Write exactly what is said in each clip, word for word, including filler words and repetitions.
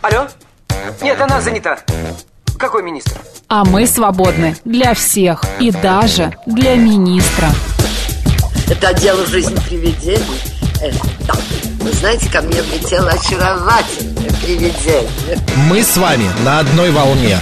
Алло? Нет, она занята. Какой министр? А мы свободны для всех и даже для министра. Это дело жизни привидений. Э, да. Вы знаете, ко мне влетело очаровательное привидение. Мы с вами на одной волне.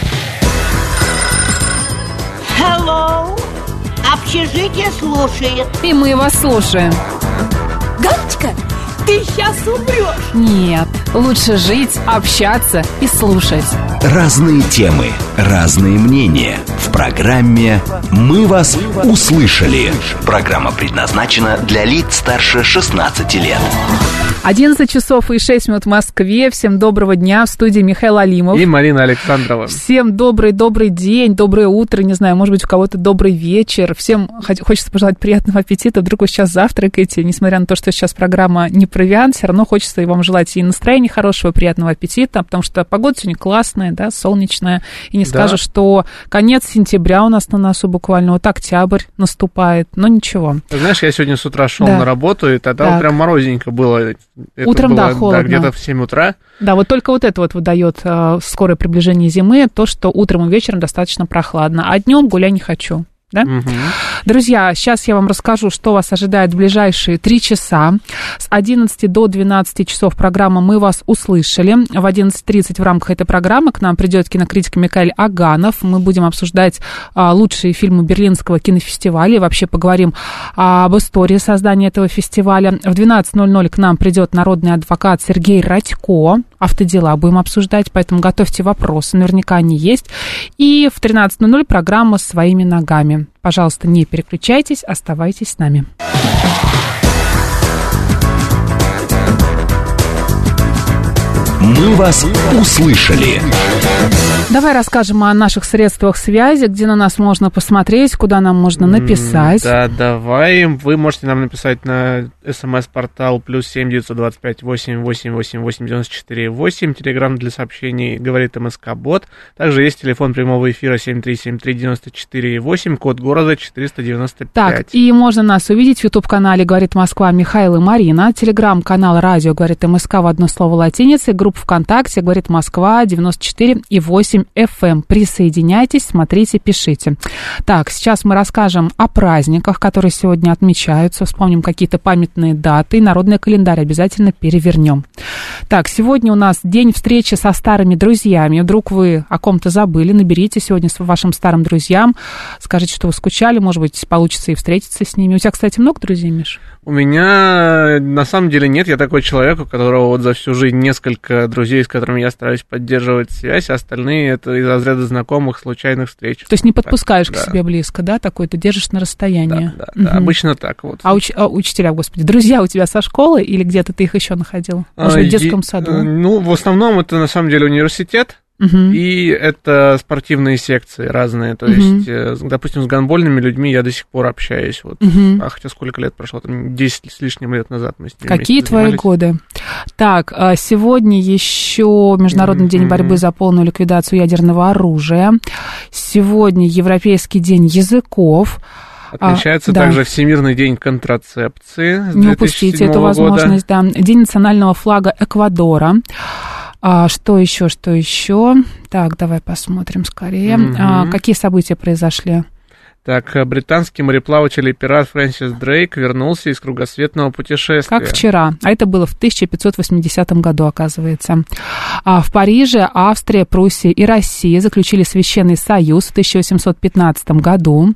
Hello. Общежитие слушает. И мы вас слушаем. Галочка, ты сейчас умрешь. Нет, лучше жить, общаться и слушать. Разные темы, разные мнения. В программе «Мы вас услышали». Программа предназначена для лиц старше шестнадцати лет. одиннадцать часов и шесть минут в Москве. Всем доброго дня. В студии Михаил Алимов. И Марина Александрова. Всем добрый-добрый день, доброе утро. Не знаю, может быть, у кого-то добрый вечер. Всем хочется пожелать приятного аппетита. Вдруг вы сейчас завтракаете. Несмотря на то, что сейчас программа не провиант, все равно хочется и вам желать и настроения хорошего, приятного аппетита, потому что погода сегодня классная, да, солнечная. И не скажешь, да. что конец сентября у нас на носу буквально. Вот октябрь наступает. Но ничего. Ты знаешь, я сегодня с утра шел да. на работу, и тогда так. вот прям морозненько было. Это Утром, было, да, холодно. Да, где-то в семь утра. Да, вот только вот это вот выдает э, скорое приближение зимы, то, что утром и вечером достаточно прохладно, а днем гулять не хочу. Да? Угу. Друзья, сейчас я вам расскажу, что вас ожидает в ближайшие три часа. С одиннадцати до двенадцати часов программа «Мы вас услышали». В одиннадцать тридцать в рамках этой программы к нам придет кинокритик Микаэль Аганов. Мы будем обсуждать а, лучшие фильмы Берлинского кинофестиваля и вообще поговорим а, об истории создания этого фестиваля. В двенадцать ноль ноль к нам придет народный адвокат Сергей Радько. Автодела будем обсуждать, поэтому готовьте вопросы, наверняка они есть. И в тринадцать ноль ноль программа «Своими ногами». Пожалуйста, не переключайтесь, оставайтесь с нами. Мы вас услышали. Давай расскажем о наших средствах связи, где на нас можно посмотреть, куда нам можно написать. Да, давай. Вы можете нам написать на смс-портал плюс семь девятьсот двадцать пять восемь восемь восемь восемь девяносто четыре восемь. Телеграм для сообщений говорит МСК-бот. Также есть телефон прямого эфира семь три семь три девяносто четыре восемь, код города четыреста девяносто пять. Так, и можно нас увидеть в YouTube-канале «Говорит Москва» Михаил и Марина, телеграм-канал «Радио говорит МСК» в одно слово латиницей, группа ВКонтакте «Говорит Москва» девяносто четыре и восемь эф эм. Присоединяйтесь, смотрите, пишите. Так, сейчас мы расскажем о праздниках, которые сегодня отмечаются, вспомним какие-то памятные даты, народный календарь обязательно перевернем. Так, сегодня у нас день встречи со старыми друзьями. Вдруг вы о ком-то забыли, наберите сегодня с вашим старым друзьям, скажите, что вы скучали, может быть, получится и встретиться с ними. У тебя, кстати, много друзей, Миш? У меня на самом деле нет, я такой человек, у которого вот за всю жизнь несколько друзей, с которыми я стараюсь поддерживать связь, а остальные это из разряда знакомых, случайных встреч. То есть не подпускаешь так, к да. себе близко, да, такой, ты держишь на расстоянии? Да, да, угу. да, обычно так вот. А, уч- а учителя, господи, друзья у тебя со школы или где-то ты их еще находил? Может быть, в детском саду? Ну, в основном это на самом деле университет. Uh-huh. И это спортивные секции разные. То uh-huh. есть, допустим, с гандбольными людьми я до сих пор общаюсь. Вот. Uh-huh. А хотя сколько лет прошло? Там десять с лишним лет назад мы с ними Какие твои годы? Так, сегодня еще Международный uh-huh. день борьбы за полную ликвидацию ядерного оружия. Сегодня Европейский день языков. Отмечается а, также да. Всемирный день контрацепции. Не упустите эту возможность, да. День национального флага Эквадора. А, что еще, что еще? Так, давай посмотрим скорее. Mm-hmm. А, какие события произошли? Так, британский мореплаватель и пират Фрэнсис Дрейк вернулся из кругосветного путешествия. Как вчера. А это было в тысяча пятьсот восьмидесятом году, оказывается. А в Париже Австрия, Пруссия и Россия заключили Священный союз в тысяча восемьсот пятнадцатом году.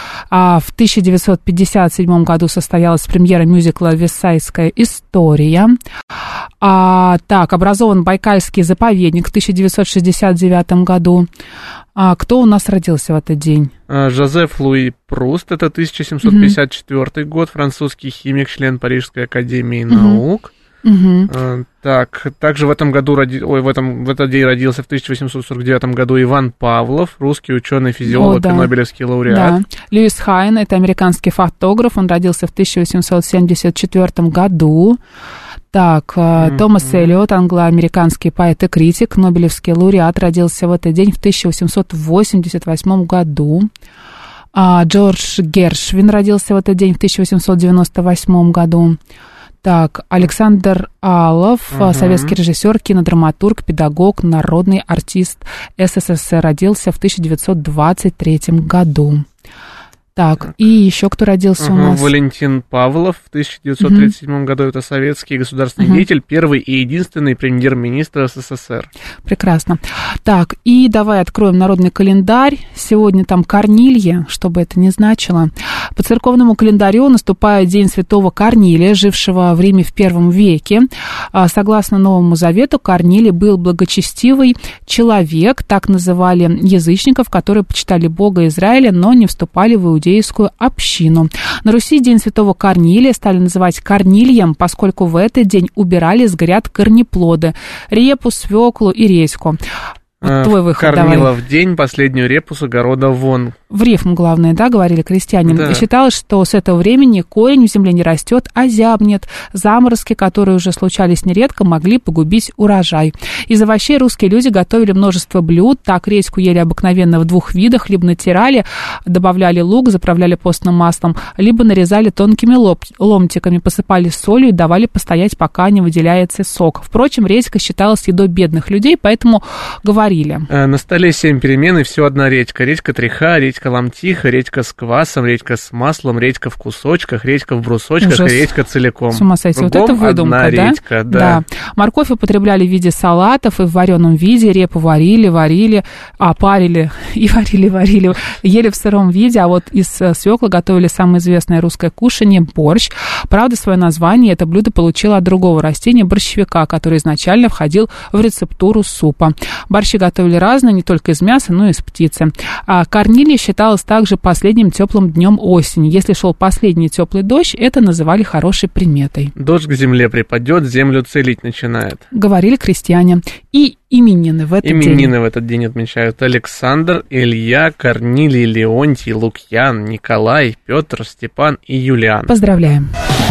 А в тысяча девятьсот пятьдесят седьмом году состоялась премьера мюзикла «Версайская история». А, так, образован Байкальский заповедник в тысяча девятьсот шестьдесят девятом году. А кто у нас родился в этот день? Жозеф Луи Пруст, это тысяча семьсот пятьдесят четвёртый uh-huh. год, французский химик, член Парижской академии uh-huh. наук. Uh-huh. Так, также в этом году, роди... Ой, в, этом, в этот день родился в тысяча восемьсот сорок девятом году Иван Павлов, русский ученый, физиолог, О, да. и нобелевский лауреат. Да. Льюис Хайн, это американский фотограф, он родился в тысяча восемьсот семьдесят четвёртом году. Так, mm-hmm. Томас Эллиот, англо-американский поэт и критик, нобелевский лауреат, родился в этот день в тысяча восемьсот восемьдесят восьмом году. А Джордж Гершвин родился в этот день в тысяча восемьсот девяносто восьмом году. Так, Александр Алов, угу. советский режиссер, кинодраматург, педагог, народный артист СССР, родился в тысяча девятьсот двадцать третьем году. Так, так, и еще кто родился угу, у нас? Валентин Павлов в тысяча девятьсот тридцать седьмом угу. году. Это советский государственный угу. деятель, первый и единственный премьер-министр СССР. Прекрасно. Так, и давай откроем народный календарь. Сегодня там Корнилье, что бы это ни значило. По церковному календарю наступает День Святого Корнилия, жившего в Риме в первом веке. Согласно Новому Завету, Корнилий был благочестивый человек, так называли язычников, которые почитали Бога Израиля, но не вступали в иудейскую общину. На Руси День Святого Корнилия стали называть Корнильем, поскольку в этот день убирали с гряд корнеплоды, репу, свеклу и редьку. Вот твой выход, Кормила в день последнюю репу с огорода вон. В рифму, главное, да, говорили крестьяне. Да. И считалось, что с этого времени корень в земле не растет, а зябнет. Заморозки, которые уже случались нередко, могли погубить урожай. Из овощей русские люди готовили множество блюд. Так редьку ели обыкновенно в двух видах. Либо натирали, добавляли лук, заправляли постным маслом, либо нарезали тонкими лоб, ломтиками, посыпали солью и давали постоять, пока не выделяется сок. Впрочем, редька считалась едой бедных людей, поэтому говорили. На столе семь перемен и все одна редька. Редька треха, редька ломтиха, редька с квасом, редька с маслом, редька в кусочках, редька в брусочках, Ужас. И редька целиком. С ума сойти. Вот это выдумка, одна да? Редька, да? Да. Морковь употребляли в виде салатов и в вареном виде, репу варили, варили, а парили и варили, варили, ели в сыром виде, а вот из свеклы готовили самое известное русское кушанье – борщ. Правда, свое название это блюдо получило от другого растения – борщевика, который изначально входил в рецептуру супа. Борщи готовили разные, не только из мяса, но и из птицы. А Корнилий считалось также последним теплым днем осени. Если шел последний теплый дождь, это называли хорошей приметой. Дождь к земле припадет, землю целить начинает. Говорили крестьяне. И именины в этот именины день. Именины в этот день отмечают Александр, Илья, Корнилий, Леонтий, Лукьян, Николай, Петр, Степан и Юлиан. Поздравляем.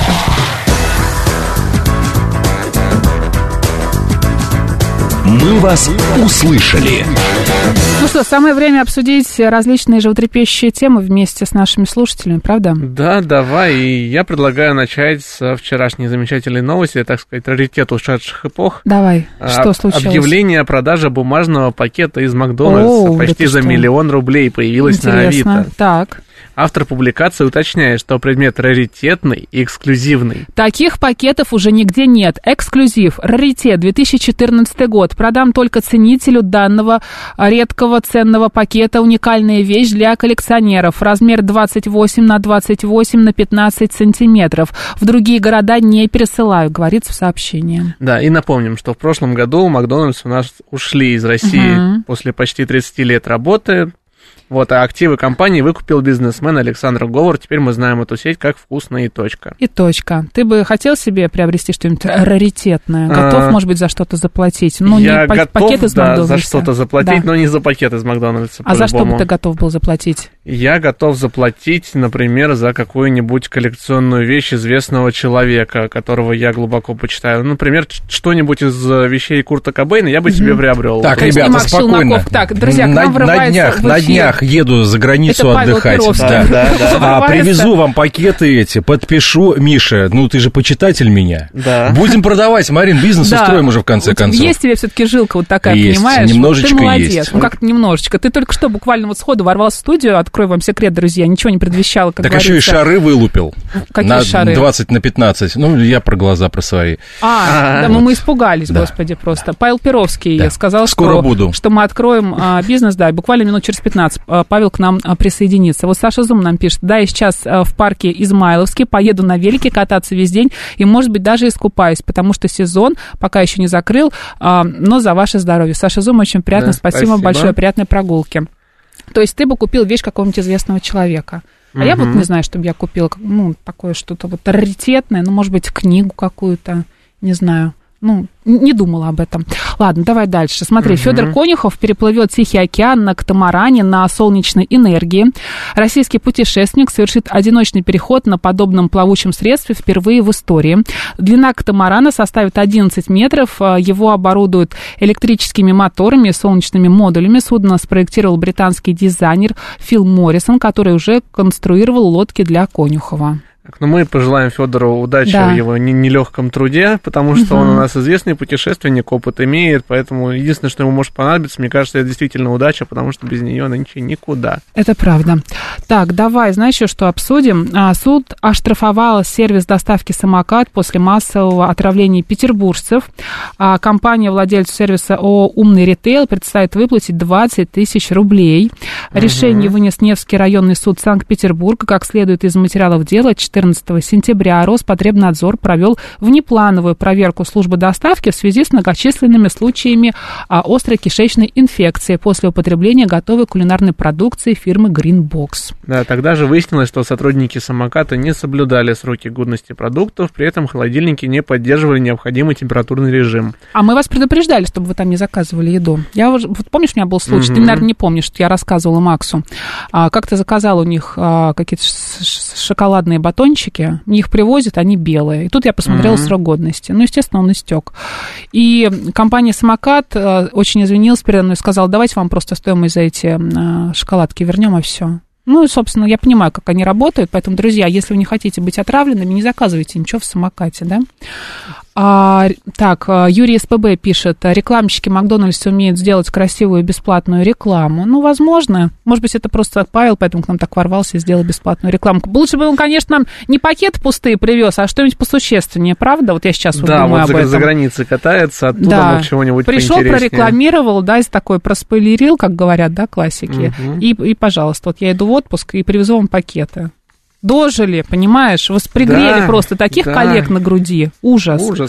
Мы вас услышали. Ну что, самое время обсудить различные животрепещущие темы вместе с нашими слушателями, правда? Да, давай. И я предлагаю начать с вчерашней замечательной новости, так сказать, раритет ушедших эпох. Давай, что случилось? Объявление о продаже бумажного пакета из Макдональдса. О, почти за что? миллион рублей появилось Интересно. на Авито. Так. Автор публикации уточняет, что предмет раритетный и эксклюзивный. Таких пакетов уже нигде нет. Эксклюзив. Раритет. две тысячи четырнадцатый год. Продам только ценителю данного редкого ценного пакета. Уникальная вещь для коллекционеров. Размер двадцать восемь на двадцать восемь на пятнадцать сантиметров. В другие города не пересылаю, говорится в сообщении. Да, и напомним, что в прошлом году Макдональдс у нас ушли из России угу. после почти тридцати лет работы. Вот, а активы компании выкупил бизнесмен Александр Говор. Теперь мы знаем эту сеть как «Вкусно» и «Точка». И «Точка». Ты бы хотел себе приобрести что-нибудь раритетное? Готов, а, может быть, за что-то заплатить? Ну, я не готов, пакет из да, Макдональдса. за что-то заплатить, да. но не за пакет из Макдональдса. А за что бы ты готов был заплатить? Я готов заплатить, например, за какую-нибудь коллекционную вещь известного человека, которого я глубоко почитаю. Например, что-нибудь из вещей Курта Кобейна я бы себе mm-hmm. приобрел. Так, ребята, спокойно. Так, друзья, к нам на, на днях, на днях еду за границу это отдыхать. Да, да, да. А привезу вам пакеты эти, подпишу. Миша, ну ты же почитатель меня. Да. Будем продавать, Марин, бизнес да. устроим уже в конце вот концов. Есть тебе все-таки жилка вот такая, есть, понимаешь? Немножечко ты молодец. Есть. Ну как-то немножечко. Ты только что буквально вот сходу ворвался в студию, открою вам секрет, друзья, ничего не предвещало, как так говорится. еще и шары вылупил. Какие на шары? двадцать на пятнадцать. Ну, я про глаза, про свои. А, да, вот. Мы испугались, да. Господи, просто. Павел Перовский да. сказал, Скоро что, буду. что мы откроем а, бизнес, да, буквально минут через пятнадцать Павел к нам а, присоединится. Вот Саша Зум нам пишет, да, я сейчас а, в парке Измайловске, поеду на велике кататься весь день и, может быть, даже искупаюсь, потому что сезон пока еще не закрыл, а, но за ваше здоровье. Саша Зум, очень приятно, да, спасибо, спасибо большое, приятной прогулки. То есть ты бы купил вещь какого-нибудь известного человека. А угу. я вот не знаю, чтобы я купила, ну, такое что-то вот раритетное, ну, может быть, книгу какую-то, не знаю. Ну, не думала об этом. Ладно, давай дальше. Смотри, uh-huh. Федор Конюхов переплывет Тихий океан на катамаране на солнечной энергии. Российский путешественник совершит одиночный переход на подобном плавучем средстве впервые в истории. Длина катамарана составит одиннадцать метров. Его оборудуют электрическими моторами и солнечными модулями. Судно спроектировал британский дизайнер Фил Моррисон, который уже конструировал лодки для Конюхова. Ну, мы пожелаем Федору удачи Да. в его нелегком труде, потому что Мгм. он у нас известный путешественник, опыт имеет, поэтому единственное, что ему может понадобиться, мне кажется, это действительно удача, потому что без нее нынче никуда. Это правда. Так, давай, знаешь, еще что обсудим? А, суд оштрафовал сервис доставки «Самокат» после массового отравления петербуржцев. А, компания, владельцу сервиса ООО «Умный ритейл», предстоит выплатить двадцать тысяч рублей. Решение вынес Невский районный суд Санкт-Петербурга. Как следует из материалов дела, четырнадцатого сентября Роспотребнадзор провел внеплановую проверку службы доставки в связи с многочисленными случаями а, острой кишечной инфекции после употребления готовой кулинарной продукции фирмы Greenbox. Да, тогда же выяснилось, что сотрудники «Самоката» не соблюдали сроки годности продуктов, при этом холодильники не поддерживали необходимый температурный режим. А мы вас предупреждали, чтобы вы там не заказывали еду. Я уже, вот помнишь, у меня был случай, Мгм. ты, наверное, не помнишь, что я рассказывала Максу, а, как ты заказал у них а, какие-то ш- ш- шоколадные батончики, мне их привозят, они белые. И тут я посмотрела Мгм. срок годности. Ну, естественно, он истек. И компания «Самокат» а, очень извинилась передо мной и сказала, давайте вам просто стоимость за эти а, шоколадки вернем, и все. Ну, и, собственно, я понимаю, как они работают, поэтому, друзья, если вы не хотите быть отравленными, не заказывайте ничего в «Самокате», да? А, так, Юрий СПБ пишет, рекламщики Макдональдса умеют сделать красивую бесплатную рекламу. Ну, возможно. Может быть, это просто Павел, поэтому к нам так ворвался и сделал бесплатную рекламу. Лучше бы он, конечно, нам не пакеты пустые привез, а что-нибудь посущественнее, правда? Вот я сейчас вот Да, думаю вот об за, этом. за границей катается, оттуда Да. мог чего-нибудь Пришел, поинтереснее. прорекламировал, да, такой проспойлерил, как говорят, да, классики. Мгм. И, и, пожалуйста, вот я иду в отпуск и привезу вам пакеты. Дожили, понимаешь? Воспригрели Да, просто таких да. коллег на груди. Ужас. Ужас.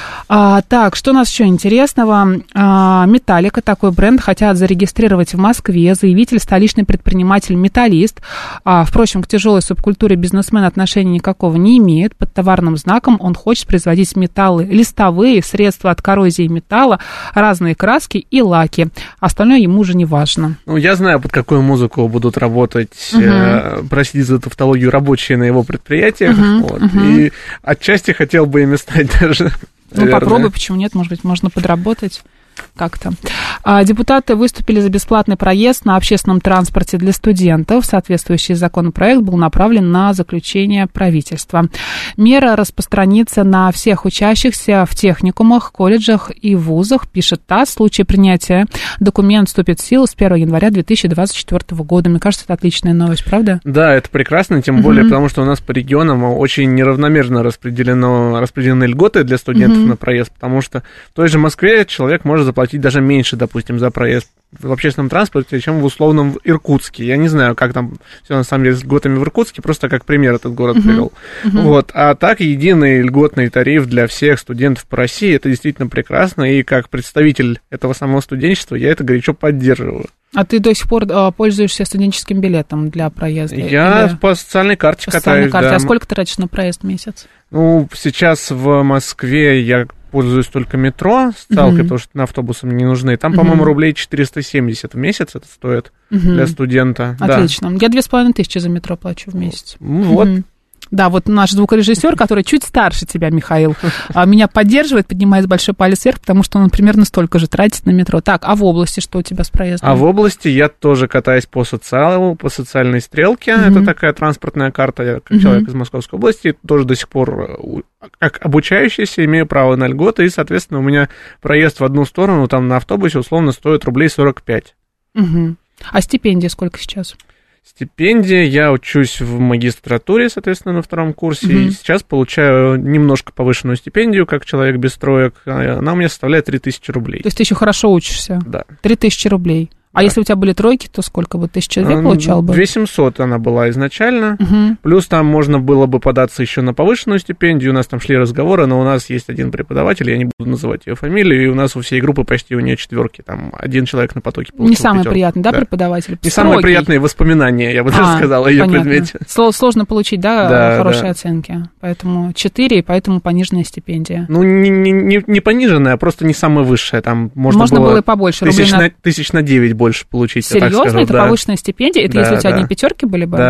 А, так, что у нас еще интересного? А, Металлика, такой бренд, хотят зарегистрировать в Москве. Заявитель, столичный предприниматель Металлист. А, впрочем, к тяжелой субкультуре бизнесмен отношения никакого не имеет. Под товарным знаком он хочет производить металлы листовые, средства от коррозии металла, разные краски и лаки. Остальное ему уже не важно. Ну, я знаю, под какую музыку будут работать, Мгм. э, простите за тавтологию, рабочие на его предприятиях. Мгм, Вот. мгм. И отчасти хотел бы ими стать даже. Ну, наверное. попробуй, почему нет, может быть, можно подработать как-то. А, депутаты выступили за бесплатный проезд на общественном транспорте для студентов. Соответствующий законопроект был направлен на заключение правительства. Мера распространится на всех учащихся в техникумах, колледжах и вузах, пишет ТАСС. В случае принятия документ вступит в силу с первого января две тысячи двадцать четвёртого года. Мне кажется, это отличная новость, правда? Да, это прекрасно, тем Мгм. более, потому что у нас по регионам очень неравномерно распределено, распределены льготы для студентов Мгм. на проезд, потому что в той же Москве человек может заплатить даже меньше, допустим, за проезд в общественном транспорте, чем в условном в Иркутске. Я не знаю, как там все на самом деле с льготами в Иркутске, просто как пример этот город Мгм. привел. Мгм. Вот. А так, единый льготный тариф для всех студентов по России, это действительно прекрасно, и как представитель этого самого студенчества я это горячо поддерживаю. А ты до сих пор а, пользуешься студенческим билетом для проезда? Я Или по социальной карте по социальной катаюсь, карте? да. А сколько ты тратишь на проезд в месяц? Ну, сейчас в Москве я пользуюсь только метро, социалкой, Мгм. потому что на автобусы мне не нужны. Там, Мгм. по-моему, рублей четыреста семьдесят в месяц это стоит Мгм. для студента. Да. Отлично. Я две с половиной тысячи за метро плачу в месяц. Ну, вот. Мгм. Да, вот наш звукорежиссер, который чуть старше тебя, Михаил, а, меня поддерживает, поднимает большой палец вверх, потому что он примерно столько же тратит на метро. Так, а в области что у тебя с проездом? А в области я тоже катаюсь по социалу, по социальной стрелке. Мгм. Это такая транспортная карта. Я как Мгм. человек из Московской области тоже до сих пор, э, у- как обучающийся, имею право на льготы. И, соответственно, у меня проезд в одну сторону там на автобусе условно стоит рублей сорок пять. Мгм. А стипендия сколько сейчас? Стипендия, я учусь в магистратуре, соответственно, на втором курсе, Мгм. и сейчас получаю немножко повышенную стипендию, как человек без троек. Она у меня составляет три тысячи рублей. То есть ты еще хорошо учишься? Да. Три тысячи рублей. А Да. если у тебя были тройки, то сколько бы? Тысяча две А, получал бы? две тысячи семьсот она была изначально. Мгм. Плюс там можно было бы податься еще на повышенную стипендию. У нас там шли разговоры, но у нас есть один преподаватель, я не буду называть ее фамилию, и у нас у всей группы почти у нее четверки. Там один человек на потоке получил Не самый пятерку. приятный, да, преподаватель? Не самые Строгий. приятные воспоминания, я бы даже А, сказал, о ее понятно. предмете. Сло- Сложно получить, да, Да, хорошие да. оценки. Поэтому четыре, и поэтому пониженная стипендия. Ну, не, не, не, не пониженная, а просто не самая высшая. Там можно, Можно было было и побольше. тысяч рублей на, тысяч на девять больше получить. я так Серьезно? скажу, Это да. повышенная стипендия? Это Да, если у тебя да. одни пятерки были бы? Да.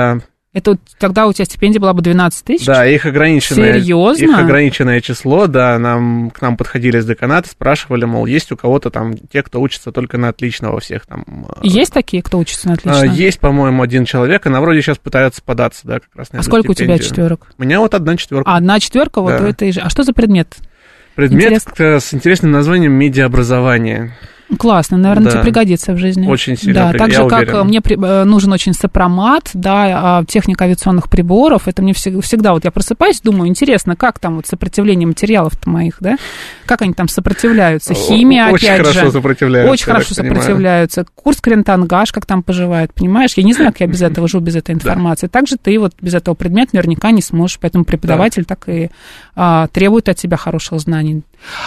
Это тогда у тебя стипендия была бы двенадцать тысяч? Да, их ограниченное, Серьезно? их ограниченное число, да, нам, к нам подходили с деканата, спрашивали, мол, есть у кого-то там те, кто учится только на отлично во всех там... Есть такие, кто учится на отлично? Есть, по-моему, один человек, она вроде сейчас пытается податься, да, как раз на А эту сколько стипендию. у тебя четверок? У меня вот одна четверка. А, одна четверка, вот да. у этой же. А что за предмет? Предмет Интересно. с интересным названием медиаобразование. Классно, наверное, да. тебе пригодится в жизни. Очень сильно, да, при... так же, я как уверен. мне при... нужен очень сопромат, да, техника авиационных приборов, это мне всегда, всегда, вот я просыпаюсь, думаю, интересно, как там вот сопротивление материалов-то моих, да, как они там сопротивляются, химия, очень опять же. Очень хорошо сопротивляются. Очень хорошо сопротивляются. Курс Крентангаж, как там поживает, понимаешь? Я не знаю, как я без этого живу, без этой информации. Также ты вот без этого предмета наверняка не сможешь, поэтому преподаватель так и а, требует от тебя хороших знаний.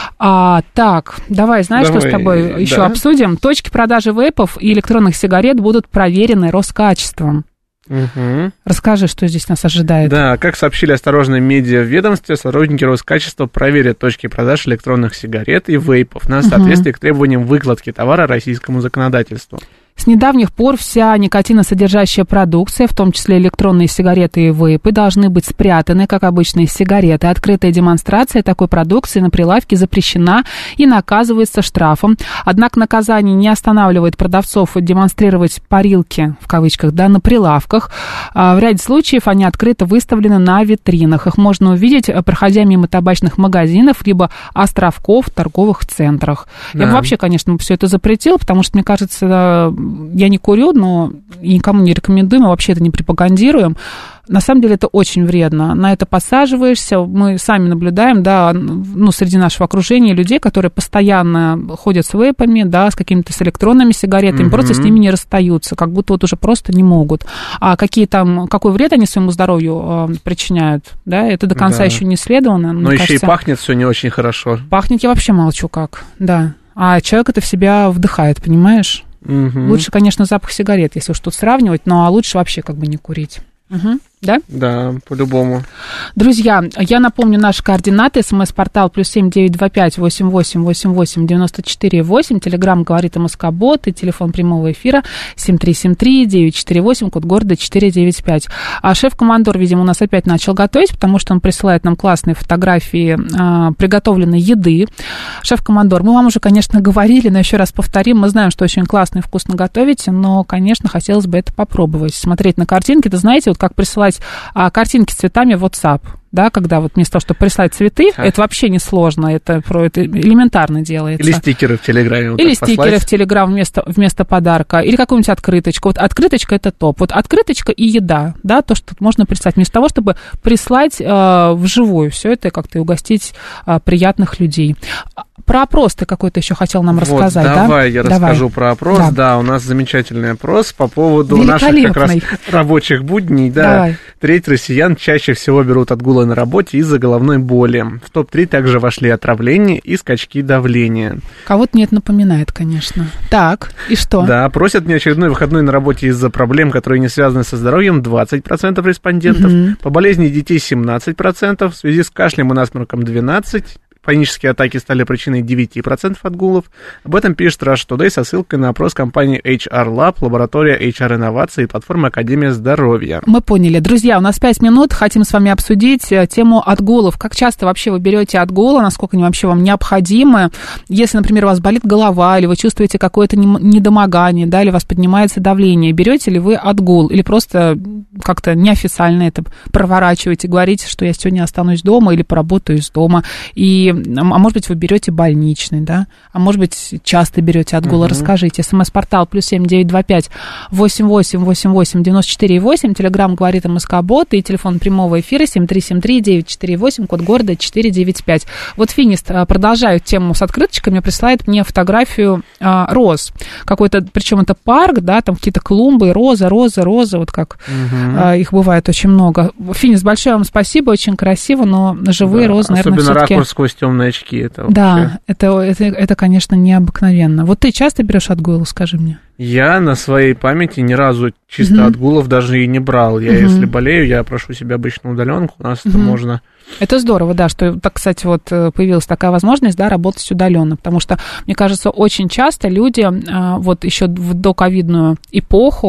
А, так, давай, знаешь, Давай, что с тобой еще да. обсудим? Точки продажи вейпов и электронных сигарет будут проверены Роскачеством. Угу. Расскажи, что здесь нас ожидает. Да, как сообщили осторожные медиа в ведомстве, сотрудники Роскачества проверят точки продаж электронных сигарет и вейпов на соответствие угу. к требованиям выкладки товара российскому законодательству. С недавних пор вся никотиносодержащая продукция, в том числе электронные сигареты и вейпы, должны быть спрятаны, как обычные сигареты. Открытая демонстрация такой продукции на прилавке запрещена и наказывается штрафом. Однако наказание не останавливает продавцов демонстрировать парилки, в кавычках, да, на прилавках. В ряде случаев они открыто выставлены на витринах. Их можно увидеть, проходя мимо табачных магазинов, либо островков в торговых центрах. Да. Я бы вообще, конечно, все это запретила, потому что, мне кажется, я не курю, но никому не рекомендуем, мы вообще это не пропагандируем. На самом деле это очень вредно. На это подсаживаешься. Мы сами наблюдаем, да, ну, среди нашего окружения людей, которые постоянно ходят с вейпами, да, с какими-то с электронными сигаретами, mm-hmm. просто с ними не расстаются, как будто вот уже просто не могут. А какие там, какой вред они своему здоровью э, причиняют, да, это до конца да. еще не исследовано. Но еще кажется, и пахнет все не очень хорошо. Пахнет я вообще молчу как, да. А человек это в себя вдыхает, понимаешь? Угу. Лучше, конечно, запах сигарет, если уж тут сравнивать, но а лучше вообще как бы не курить. Угу. Да? Да, по-любому. Друзья, я напомню наши координаты. СМС-портал плюс семь девять два пять восемь восемь восемь восемь девяносто четыре восемь. Телеграмм говорит МСК-бот и телефон прямого эфира семь три семь три девять четыре восемь, код города четыре девять пять. А шеф-командор, видимо, у нас опять начал готовить, потому что он присылает нам классные фотографии а, приготовленной еды. Шеф-командор, мы вам уже, конечно, говорили, но еще раз повторим. Мы знаем, что очень классно и вкусно готовите, но, конечно, хотелось бы это попробовать. Смотреть на картинки. Это, знаете, вот как присылать а, картинки с цветами в WhatsApp, да, когда вот вместо того, чтобы прислать цветы, а. это вообще несложно, это, это элементарно делается. Или стикеры в Телеграме. Вот или стикеры послать. В Телеграм вместо, вместо подарка, или какую-нибудь открыточку. Вот открыточка – это топ. Вот открыточка и еда, да, то, что тут можно прислать, вместо того, чтобы прислать э, вживую все это, как-то и угостить э, приятных людей. Про опрос ты какой-то еще хотел нам вот, рассказать, давай, да? Давай, я расскажу про опрос. Да. да, у нас замечательный опрос по поводу наших как раз рабочих будней. Да. Давай. Треть россиян чаще всего берут отгулы на работе из-за головной боли. В топ три также вошли отравление и скачки давления. Кого-то мне это напоминает, конечно. Так, и что? Да, просят неочередной выходной на работе из-за проблем, которые не связаны со здоровьем, двадцать процентов респондентов. Угу. По болезни детей семнадцать процентов, в связи с кашлем и насморком двенадцать процентов. Панические атаки стали причиной девять процентов отгулов. Об этом пишет Rush Today со ссылкой на опрос компании эйч ар Lab, лаборатория эйч ар-инноваций и платформа Академия здоровья. Мы поняли. Друзья, у нас пять минут. Хотим с вами обсудить тему отгулов. Как часто вообще вы берете отгулы, насколько они вообще вам необходимы? Если, например, у вас болит голова, или вы чувствуете какое-то недомогание, да, или у вас поднимается давление, берете ли вы отгул? Или просто как-то неофициально это проворачиваете, говорите, что я сегодня останусь дома или поработаю из дома, и а может быть, вы берете больничный, да, а может быть, часто берете отгулы, uh-huh. расскажите. СМС-портал плюс семь девять два пять восемь восемь восемь восемь девяносто четыре восемь, телеграмм говорит МСК-бот и телефон прямого эфира семь три семь три девять четыре восемь, код города четыре девять пять. Вот Финист, продолжаю тему с открыточками, присылает мне фотографию а, роз. Какой-то, причем это парк, да, там какие-то клумбы, роза, роза, роза, вот как uh-huh. а, их бывает очень много. Финист, большое вам спасибо, очень красиво, но живые да, розы, наверное, особенно все-таки... ракурс сквозь темные очки. Это да, вообще... это, это, это, конечно, необыкновенно. Вот ты часто берешь отгулы, скажи мне? Я на своей памяти ни разу чисто uh-huh. отгулов даже и не брал. Я, uh-huh. если болею, я прошу себя обычно удаленку, у нас uh-huh. это можно... Это здорово, да, что, так, кстати, вот появилась такая возможность, да, работать удаленно, потому что, мне кажется, очень часто люди вот еще в доковидную эпоху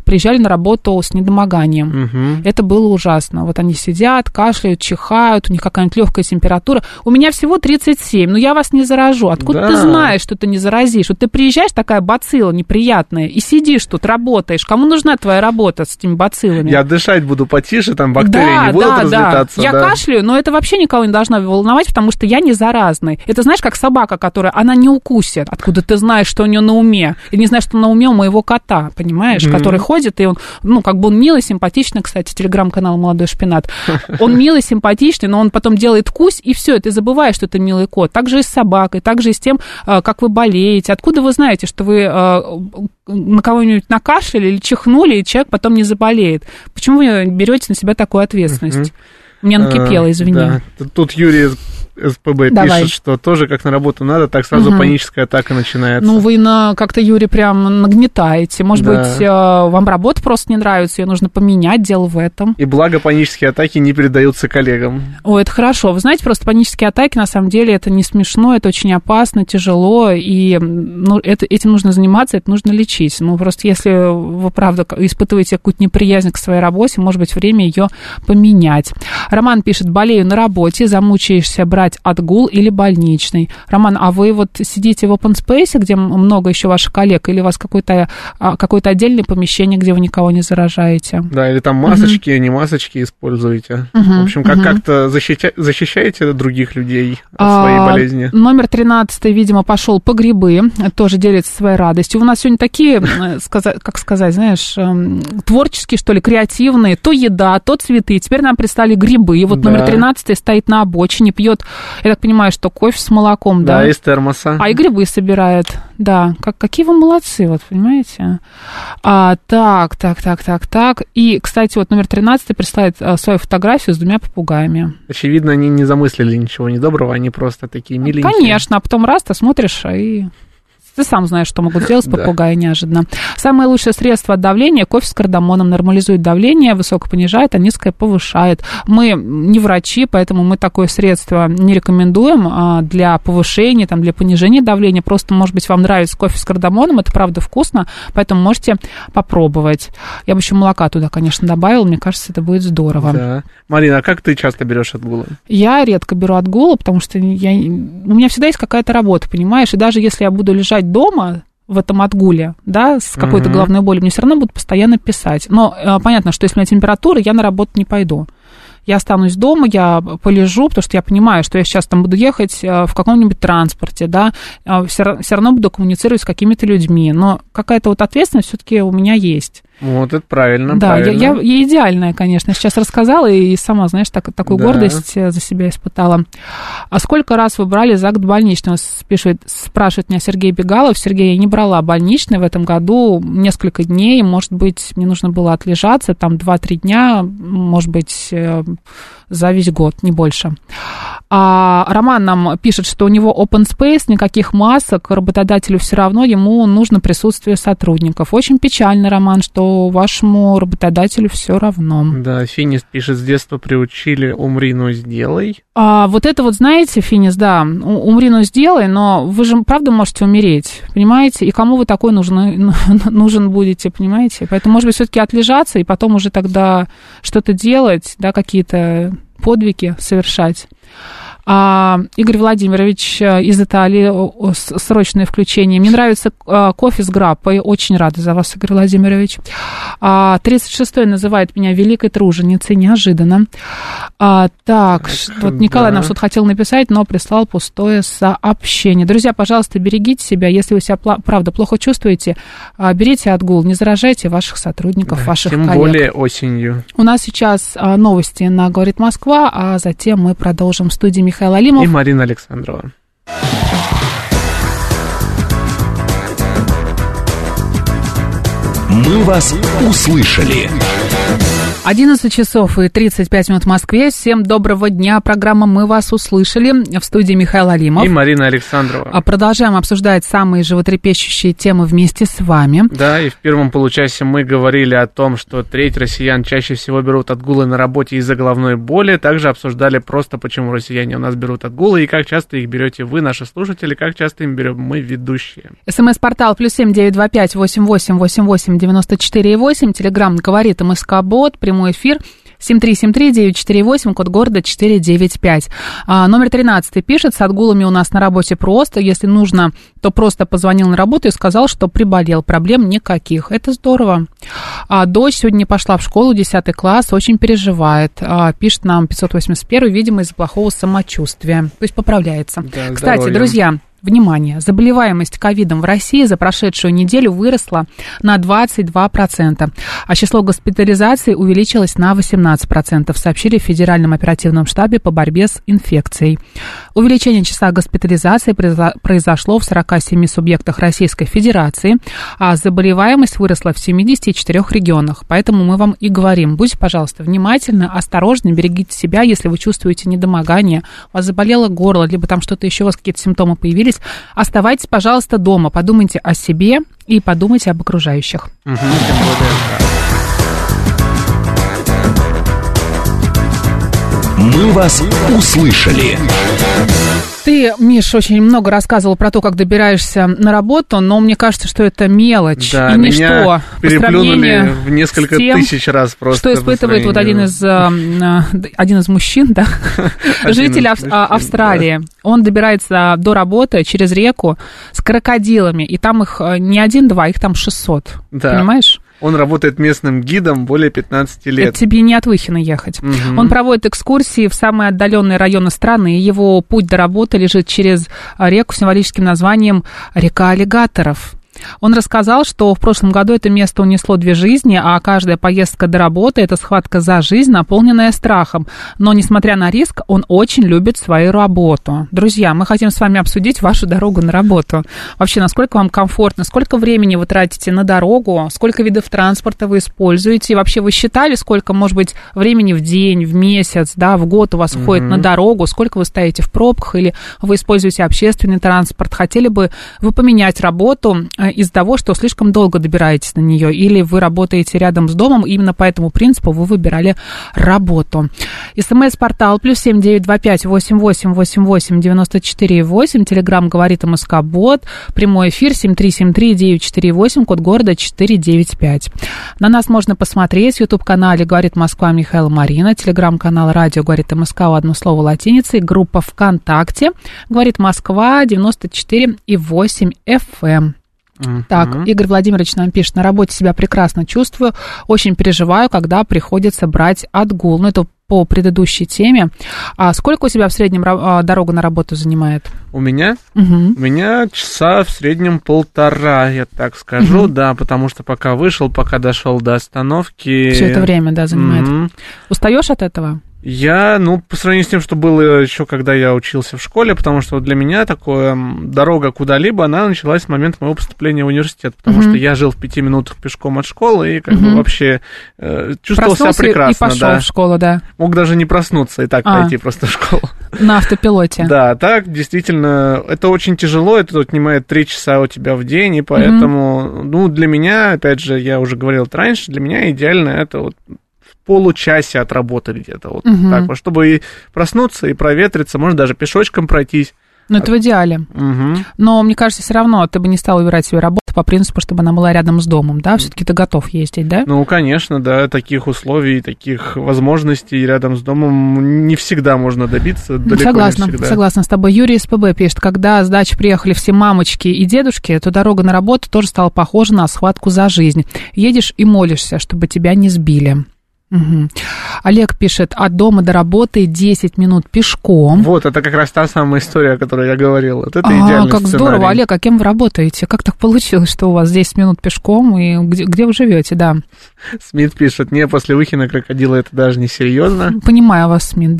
приезжали на работу с недомоганием. Угу. Это было ужасно. Вот они сидят, кашляют, чихают, у них какая-нибудь легкая температура. У меня всего тридцать семь, но я вас не заражу. Откуда да. ты знаешь, что ты не заразишь? Вот ты приезжаешь, такая бацилла неприятная, и сидишь тут, работаешь. Кому нужна твоя работа с этими бациллами? Я дышать буду потише, там бактерии да, не будут да, разлетаться. Да. Я да. кашляю, но это вообще никого не должно волновать, потому что я не заразный. Это знаешь, как собака, которая, она не укусит. Откуда ты знаешь, что у нее на уме? И не знаешь, что на уме у моего кота, понимаешь, mm-hmm. который ходит, и он, ну, как бы он милый, симпатичный, кстати, телеграм-канал «Молодой шпинат». Он милый, симпатичный, но он потом делает кусь, и все, и ты забываешь, что это милый кот. Так же и с собакой, так же и с тем, как вы болеете. Откуда вы знаете, что вы на кого-нибудь накашляли или чихнули, и человек потом не заболеет? Почему вы берете на себя такую ответственность? Mm-hmm. Мне накипело, извини. Да. Тут Юрий из СПБ Давай. пишет, что тоже как на работу надо, так сразу угу. паническая атака начинается. Ну, вы на, как-то, Юрий, прям нагнетаете. Может да. быть, вам работа просто не нравится, ее нужно поменять, дело в этом. И благо панические атаки не передаются коллегам. О, это хорошо. Вы знаете, просто панические атаки, на самом деле, это не смешно, это очень опасно, тяжело, и ну, это, этим нужно заниматься, это нужно лечить. Ну, просто если вы, правда, испытываете какую-то неприязнь к своей работе, может быть, время ее поменять. Роман пишет: болею на работе, замучаешься брать отгул или больничный. Роман, а вы вот сидите в open space, где много еще ваших коллег, или у вас какое-то, какое-то отдельное помещение, где вы никого не заражаете? Да, или там масочки, uh-huh. не масочки используете. Uh-huh. В общем, как- uh-huh. как-то защища- защищаете других людей от а, своей болезни. Номер тринадцатый, видимо, пошел по грибы, тоже делится своей радостью. У нас сегодня такие, как сказать, знаешь, творческие, что ли, креативные. То еда, то цветы. Теперь нам пристали грибы. И вот да. номер тринадцатый стоит на обочине, пьет, я так понимаю, что кофе с молоком, да? Да, из термоса. А и грибы собирает, да. Как, какие вы молодцы, вот, понимаете? А, так, так, так, так, так. И, кстати, вот номер тринадцатый присылает а, свою фотографию с двумя попугаями. Очевидно, они не замыслили ничего недоброго, они просто такие миленькие. Конечно, а потом раз ты смотришь, и... Ты сам знаешь, что могут сделать с попугаей да. неожиданно. Самое лучшее средство от давления – кофе с кардамоном. Нормализует давление, высокое понижает, а низкое повышает. Мы не врачи, поэтому мы такое средство не рекомендуем для повышения, там, для понижения давления. Просто, может быть, вам нравится кофе с кардамоном, это правда вкусно, поэтому можете попробовать. Я бы еще молока туда, конечно, добавила, мне кажется, это будет здорово. Да. Марина, а как ты часто берешь отгулы? Я редко беру отгулы, потому что я... у меня всегда есть какая-то работа, понимаешь, и даже если я буду лежать дома в этом отгуле, да, с какой-то uh-huh. головной болью, мне все равно будут постоянно писать. Но э, понятно, что если у меня температура, я на работу не пойду. Я останусь дома, я полежу, потому что я понимаю, что я сейчас там буду ехать в каком-нибудь транспорте, да, все, все равно буду коммуницировать с какими-то людьми, но какая-то вот ответственность все-таки у меня есть. Вот, это правильно, да, правильно. Я, я, я идеальная, конечно, сейчас рассказала и сама, знаешь, так, такую да. гордость за себя испытала. А сколько раз вы брали за акт больничного, спрашивает, спрашивает меня Сергей Бегалов. Сергей, я не брала больничный в этом году несколько дней, может быть, мне нужно было отлежаться, там два-три дня, может быть, за весь год, не больше. А Роман нам пишет, что у него open space, никаких масок, работодателю все равно, ему нужно присутствие сотрудников. Очень печально, Роман, что вашему работодателю все равно. Да, Финис пишет, с детства приучили «умри, но сделай». А, вот это вот, знаете, Финис, да, «умри, но сделай», но вы же, правда, можете умереть, понимаете? И кому вы такой нужен, нужен будете, понимаете? Поэтому, может быть, все-таки отлежаться и потом уже тогда что-то делать, да, какие-то подвиги совершать. А, Игорь Владимирович из Италии, срочное включение. Мне нравится кофе с граппой. Очень рада за вас, Игорь Владимирович. А, тридцать шестой называет меня великой труженицей. Неожиданно. А, так, вот Николай да. нам что-то хотел написать, но прислал пустое сообщение. Друзья, пожалуйста, берегите себя. Если вы себя, правда, плохо чувствуете, берите отгул. Не заражайте ваших сотрудников, да, ваших тем коллег. Тем более осенью. У нас сейчас новости на «Говорит Москва», а затем мы продолжим в студии Михаил Алимов и Марина Александрова. Мы вас услышали. одиннадцать часов и тридцать пять минут в Москве. Всем доброго дня. Программа «Мы вас услышали». В студии Михаил Алимов. И Марина Александрова. Продолжаем обсуждать самые животрепещущие темы вместе с вами. Да, и в первом получасе мы говорили о том, что треть россиян чаще всего берут отгулы на работе из-за головной боли. Также обсуждали просто, почему россияне у нас берут отгулы и как часто их берете вы, наши слушатели, как часто им берем мы, ведущие. СМС-портал плюс семь девять два пять восемь восемь восемь восемь девяносто четыре восемь. Телеграм говорит МСК-бот. Прямой эфир семь три семь три девять четыре восемь, код города четыре девять пять. А, номер тринадцать пишет: с отгулами у нас на работе просто. Если нужно, то просто позвонил на работу и сказал, что приболел. Проблем никаких. Это здорово. А, дочь сегодня не пошла в школу, десятый класс, очень переживает. А, пишет нам пятьсот восемьдесят один, видимо, из-за плохого самочувствия. То есть поправляется. Да, кстати, здоровья. Друзья, внимание, заболеваемость ковидом в России за прошедшую неделю выросла на двадцать два процента, а число госпитализаций увеличилось на восемнадцать процентов, сообщили в Федеральном оперативном штабе по борьбе с инфекцией. Увеличение числа госпитализаций произошло в сорока семи субъектах Российской Федерации, а заболеваемость выросла в семидесяти четырёх регионах. Поэтому мы вам и говорим: будьте, пожалуйста, внимательны, осторожны, берегите себя, если вы чувствуете недомогание, у вас заболело горло, либо там что-то еще, у вас какие-то симптомы появились. Оставайтесь, пожалуйста, дома, подумайте о себе и подумайте об окружающих. Угу, Мы вас услышали. Ты, Миш, очень много рассказывал про то, как добираешься на работу, но мне кажется, что это мелочь да, и ничто по сравнению в несколько с тем, тысяч раз просто. Что испытывает вот один из, один из мужчин, да, житель Австралии. Он добирается до работы через реку с крокодилами, и там их не один-два, их там шестьсот, понимаешь? Он работает местным гидом более пятнадцати лет. Это тебе не от Выхина ехать. Угу. Он проводит экскурсии в самые отдаленные районы страны. Его путь до работы лежит через реку с символическим названием «Река аллигаторов». Он рассказал, что в прошлом году это место унесло две жизни, а каждая поездка до работы – это схватка за жизнь, наполненная страхом. Но, несмотря на риск, он очень любит свою работу. Друзья, мы хотим с вами обсудить вашу дорогу на работу. Вообще, насколько вам комфортно, сколько времени вы тратите на дорогу, сколько видов транспорта вы используете. И вообще, вы считали, сколько, может быть, времени в день, в месяц, да, в год у вас mm-hmm. уходит на дорогу, сколько вы стоите в пробках или вы используете общественный транспорт? Хотели бы вы поменять работу из-за того, что слишком долго добираетесь на нее, или вы работаете рядом с домом, и именно по этому принципу вы выбирали работу. СМС-портал плюс семь девять два пять восемь восемь восемь восемь девяносто четыре восемь, Телеграм говорит МСК-бот, прямой эфир семь три семь три девять четыре восемь, код города четыре девять пять. На нас можно посмотреть в YouTube-канале «Говорит Москва» Михаил Марина, Телеграм-канал «Радио говорит МСК» в одно слово латиницей, группа ВКонтакте «Говорит Москва» девяносто четыре и восемь эф эм. Uh-huh. Так, Игорь Владимирович нам пишет: на работе себя прекрасно чувствую, очень переживаю, когда приходится брать отгул. Ну, это по предыдущей теме. А сколько у тебя в среднем дорога на работу занимает? У меня? Uh-huh. У меня часа в среднем полтора, я так скажу, uh-huh. да, потому что пока вышел, пока дошел до остановки... Все это время, да, занимает. Uh-huh. Устаешь от этого? Я, ну, по сравнению с тем, что было еще, когда я учился в школе, потому что для меня такая дорога куда-либо, она началась с момента моего поступления в университет, потому mm-hmm. что я жил в пяти минутах пешком от школы и как mm-hmm. бы вообще э, чувствовал Проснулся себя прекрасно. И пошел да. в школу, да. Мог даже не проснуться и так а, пойти просто в школу. На автопилоте. Да, так, действительно, это очень тяжело, это отнимает три часа у тебя в день, и поэтому, mm-hmm. ну, для меня, опять же, я уже говорил это раньше, для меня идеально это вот получасе от работы где-то, вот угу. так вот, чтобы и проснуться, и проветриться, можно даже пешочком пройтись. Ну, это в идеале. Угу. Но, мне кажется, все равно ты бы не стал выбирать себе работу по принципу, чтобы она была рядом с домом, да? Все-таки ты готов ездить, да? Ну, конечно, да, таких условий, таких возможностей рядом с домом не всегда можно добиться, далеко согласна, не всегда. Согласна с тобой. Юрий из ПБ пишет: когда с дачи приехали все мамочки и дедушки, то дорога на работу тоже стала похожа на схватку за жизнь. Едешь и молишься, чтобы тебя не сбили. Угу. Олег пишет: от дома до работы десять минут пешком. Вот, это как раз та самая история, о которой я говорил. Вот это а, идеальный как сценарий. Здорово, Олег, а кем вы работаете? Как так получилось, что у вас десять минут пешком, и где, где вы живете, да? Смит пишет: не, после Выхина крокодила это даже не серьезно. Понимаю вас, Смит, да.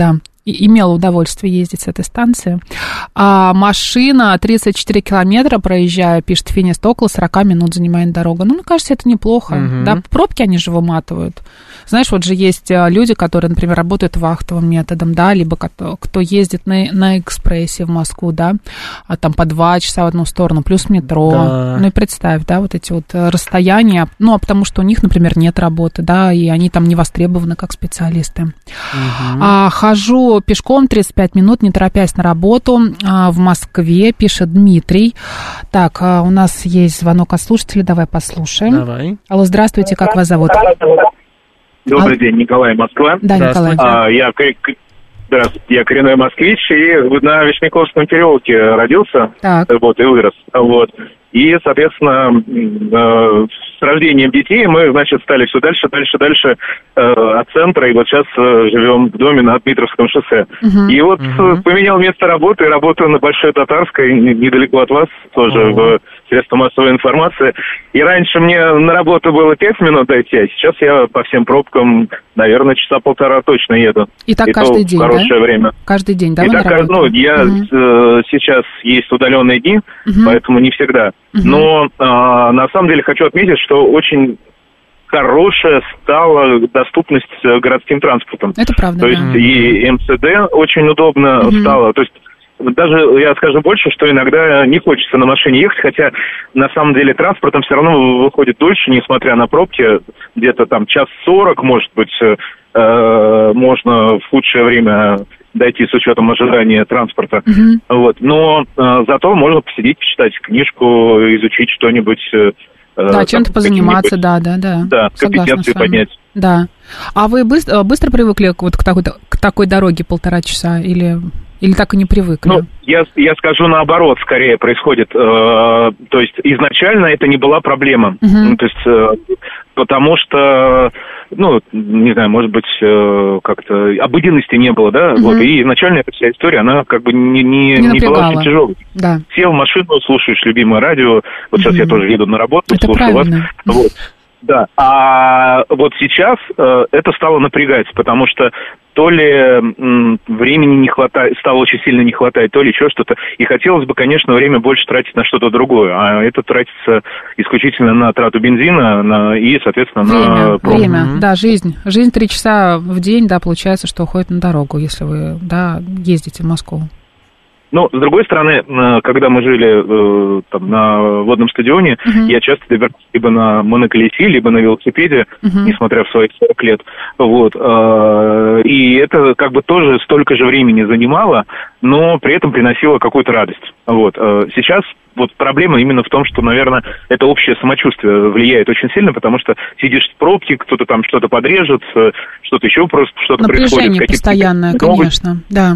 имела удовольствие ездить с этой станции. А машина тридцать четыре километра проезжая, пишет Финист, около сорок минут занимает дорога. Ну, мне кажется, это неплохо. Угу. Да, пробки они же выматывают. Знаешь, вот же есть люди, которые, например, работают вахтовым методом, да, либо кто, кто ездит на, на экспрессе в Москву, да, а там по два часа в одну сторону, плюс метро. Да. Ну и представь, да, вот эти вот расстояния, ну, а потому что у них, например, нет работы, да, и они там не востребованы как специалисты. Угу. А, хожу пешком тридцать пять минут, не торопясь на работу а, в Москве, пишет Дмитрий. Так, а, у нас есть звонок от слушателя, давай послушаем. Давай. Алло, здравствуйте, как вас зовут? Добрый а... день, Николай, Москва. Да, Николай. А, я, здравствуйте, я коренной москвич, и на Вишняковском переулке родился, так. вот, и вырос, вот. И, соответственно, э, с рождением детей мы, значит, стали все дальше, дальше, дальше э, от центра, и вот сейчас э, живем в доме на Дмитровском шоссе. Uh-huh. И вот uh-huh. поменял место работы, работаю на Большой Татарской, недалеко от вас, тоже uh-huh. в средствах массовой информации. И раньше мне на работу было пять минут дойти, а сейчас я по всем пробкам, наверное, часа полтора точно еду. И так и каждый день, хорошее да? время. Каждый день, да, и вы так, на работу? Ну, я uh-huh. э, сейчас есть удаленные дни, uh-huh. поэтому не всегда. Uh-huh. Но э, на самом деле хочу отметить, что очень хорошая стала доступность городским транспортом. Это правда, То да. есть и эм цэ дэ очень удобно uh-huh. стало. То есть даже, я скажу больше, что иногда не хочется на машине ехать, хотя на самом деле транспортом все равно выходит дольше, несмотря на пробки. Где-то там час сорок, может быть, э, можно в худшее время дойти с учетом ожидания транспорта. Uh-huh. Вот. Но э, зато можно посидеть, почитать книжку, изучить что-нибудь. Э, да, чем-то позаниматься, да, да, да. Да, компетенции поднять. Да. А вы быстро, быстро привыкли вот к такой, к такой дороге полтора часа или, или так и не привыкли? Ну, я, я скажу наоборот, скорее происходит. Э, то есть изначально это не была проблема. Uh-huh. Ну, то есть, э, потому что, ну, не знаю, может быть, э, как-то обыденности не было, да? Uh-huh. Вот, и изначально эта вся история, она как бы не, не, не, не была очень тяжелой. Да. Сел в машину, слушаешь любимое радио. Вот сейчас uh-huh. я тоже еду на работу, это слушаю правильно. вас. Вот. Да, а вот сейчас э, это стало напрягать, потому что то ли м, времени не хватает, стало очень сильно не хватать, то ли еще что-то. И хотелось бы, конечно, время больше тратить на что-то другое, а это тратится исключительно на трату бензина на, и, соответственно, время, на пробку. Время, mm-hmm. да, жизнь. Жизнь три часа в день, да, получается, что уходит на дорогу, если вы, да, ездите в Москву. Ну, с другой стороны, когда мы жили э, там, на водном стадионе, uh-huh. я часто добирался либо на моноколесе, либо на велосипеде, uh-huh. несмотря в свои сорок лет. Вот. Э, и это как бы тоже столько же времени занимало, но при этом приносило какую-то радость. Вот. Э, сейчас вот проблема именно в том, что, наверное, это общее самочувствие влияет очень сильно, потому что сидишь в пробке, кто-то там что-то подрежет, что-то еще просто что-то напряжение происходит. Напряжение постоянное, конечно, да.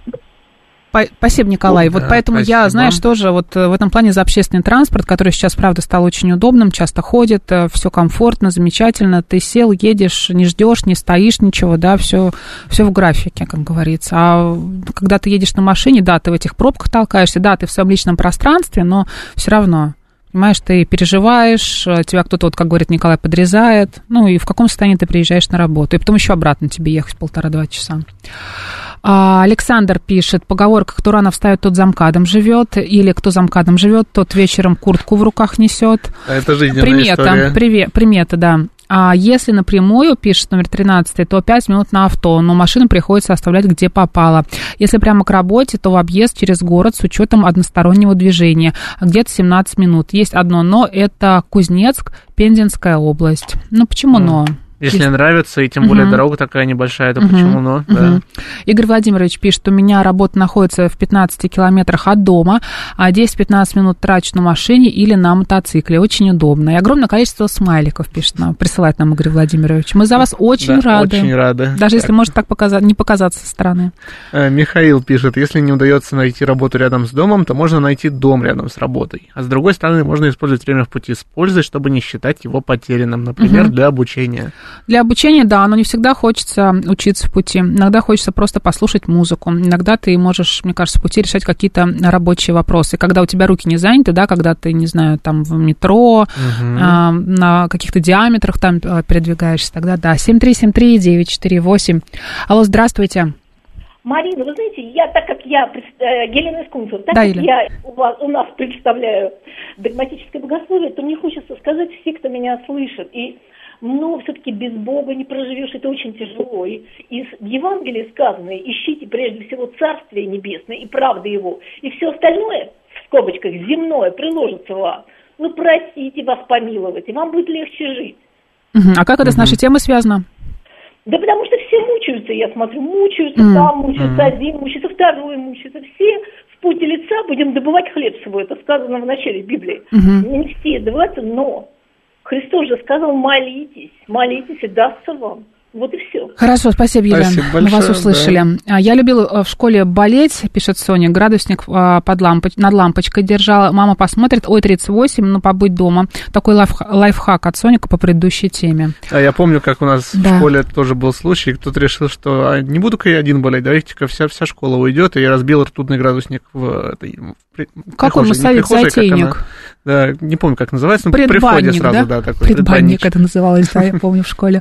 Спасибо, Николай. Вот да, поэтому спасибо. Я, знаешь, тоже вот в этом плане за общественный транспорт, который сейчас, правда, стал очень удобным, часто ходит, все комфортно, замечательно. Ты сел, едешь, не ждешь, не стоишь, ничего, да, все, все в графике, как говорится. А когда ты едешь на машине, да, ты в этих пробках толкаешься, да, ты в своем личном пространстве, но все равно, понимаешь, ты переживаешь, тебя кто-то, вот, как говорит Николай, подрезает, ну и в каком состоянии ты приезжаешь на работу, и потом еще обратно тебе ехать полтора-два часа. А, Александр пишет, поговорка, кто рано встает, тот замкадом живет, или кто замкадом живет, тот вечером куртку в руках несет. Это жизненная примета, история. Привет, примета, да. А если напрямую, пишет номер тринадцать, то пять минут на авто, но машину приходится оставлять где попало. Если прямо к работе, то в объезд через город с учетом одностороннего движения, где-то семнадцать минут. Есть одно но, это Кузнецк, Пензенская область. Ну, почему mm. но? Если Есть... нравится, и тем более uh-huh. дорога такая небольшая, то uh-huh. почему но? Uh-huh. Да. Игорь Владимирович пишет, у меня работа находится в пятнадцати километрах от дома, а десять-пятнадцать минут трачу на машине или на мотоцикле. Очень удобно. И огромное количество смайликов пишет нам, присылает нам Игорь Владимирович. Мы за вас очень да, рады. Очень рады. Даже так. Если может так показать, не показаться со стороны. Михаил пишет, если не удается найти работу рядом с домом, то можно найти дом рядом с работой. А с другой стороны, можно использовать время в пути с пользой, чтобы не считать его потерянным, например, uh-huh. для обучения. Для обучения, да, но не всегда хочется учиться в пути. Иногда хочется просто послушать музыку. Иногда ты можешь, мне кажется, в пути решать какие-то рабочие вопросы. Когда у тебя руки не заняты, да, когда ты, не знаю, там в метро, угу. а, на каких-то диаметрах там передвигаешься, тогда да. семь три семь три девять четыре восемь. Алло, здравствуйте. Марина, вы знаете, я, так как я, Елена Искунцева, так да, как Елена. я у, вас, у нас представляю догматическое богословие, то мне хочется сказать все, кто меня слышит, и, ну, все-таки без Бога не проживешь, это очень тяжело. И из Евангелия сказано, ищите прежде всего Царствие Небесное и правды Его, и все остальное, в скобочках, земное, приложится вам. Ну, просите вас помиловать, и вам будет легче жить. Uh-huh. А как это uh-huh. с нашей темой связано? Да потому что все мучаются, я смотрю, мучаются, mm. там мучаются, mm. один мучается, второй мучается. Все в пути лица будем добывать хлеб свой, это сказано в начале Библии. Mm-hmm. Не все добываться, но Христос же сказал, молитесь, молитесь, и дастся вам. Вот и все. Хорошо, спасибо, Елена. Спасибо большое, мы вас услышали. Да. Я любила в школе болеть, пишет Соня, градусник под лампоч... над лампочкой держала. Мама посмотрит, ой, тридцать восемь, ну, побудь дома. Такой лайф... лайфхак от Соника по предыдущей теме. А я помню, как у нас да. в школе тоже был случай, кто-то решил, что а, не буду-ка я один болеть, давайте-ка вся, вся школа уйдет, и я разбил ртутный градусник в этой... Какой масонит-затейник? Да, не помню, как называется, но при входе сразу, да, такой. Предбанник это называлось, да, я помню в школе.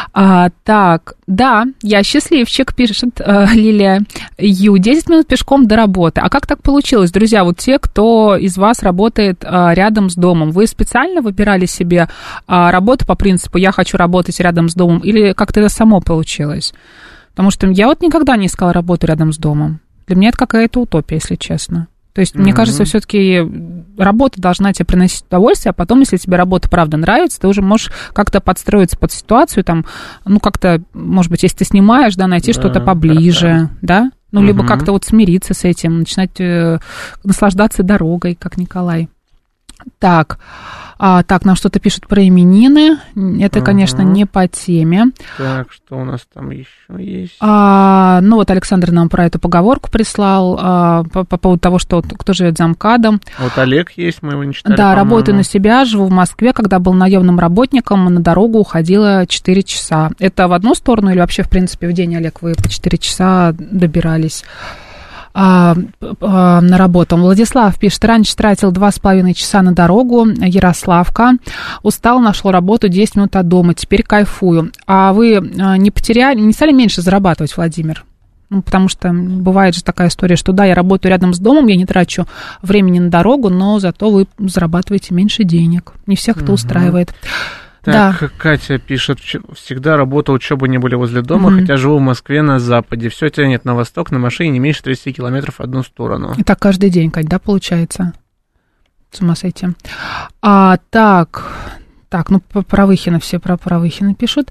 А, так, да, я счастливчик, пишет э, Лилия Ю. десять минут пешком до работы. А как так получилось, друзья? Вот те, кто из вас работает э, рядом с домом, вы специально выбирали себе э, работу по принципу «я хочу работать рядом с домом» или как-то это само получилось? Потому что я вот никогда не искала работу рядом с домом. Для меня это какая-то утопия, если честно. То есть, mm-hmm. мне кажется, все-таки работа должна тебе приносить удовольствие, а потом, если тебе работа правда нравится, ты уже можешь как-то подстроиться под ситуацию, там, ну, как-то, может быть, если ты снимаешь, да, найти да, что-то поближе, да, да? Ну, mm-hmm. либо как-то вот смириться с этим, начинать э, наслаждаться дорогой, как Николай. Так, а, так, нам что-то пишут про именины. Это, uh-huh. конечно, не по теме. Так, что у нас там еще есть? А, ну, вот Александр нам про эту поговорку прислал а, по, по поводу того, что кто живет за МКАДом. Вот Олег есть, мы его не читали, да, по-моему. Работаю на себя, живу в Москве. Когда был наемным работником, на дорогу уходила четыре часа. Это в одну сторону или вообще, в принципе, в день, Олег, вы по четыре часа добирались А, а, на работу? Владислав пишет, раньше тратил два с половиной часа на дорогу, Ярославка, устал, нашел работу десять минут от дома, теперь кайфую. А вы не потеряли, не стали меньше зарабатывать, Владимир? Ну, потому что бывает же такая история, что да, я работаю рядом с домом, я не трачу времени на дорогу, но зато вы зарабатываете меньше денег. Не всех это угу. устраивает. Так, да. Катя пишет, всегда работа, учеба не были возле дома, mm-hmm. хотя живу в Москве на западе. Все тянет на восток, на машине не меньше тридцать километров в одну сторону. И так каждый день, Кать, да, получается? С ума сойти. А, так, так, ну, про Выхина, все про Выхина пишут.